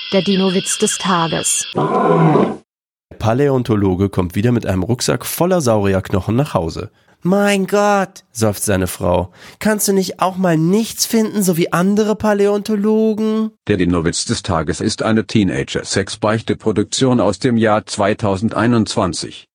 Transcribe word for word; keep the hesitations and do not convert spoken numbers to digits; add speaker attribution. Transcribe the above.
Speaker 1: Der Dino-Witz des Tages.
Speaker 2: Der Paläontologe kommt wieder mit einem Rucksack voller Saurierknochen nach Hause. Mein Gott, seufzt seine Frau. Kannst du nicht auch mal nichts finden, so wie andere Paläontologen?
Speaker 3: Der Dino-Witz des Tages ist eine Teenager-Sex-Beichte-Produktion aus dem Jahr zweitausendeinundzwanzig.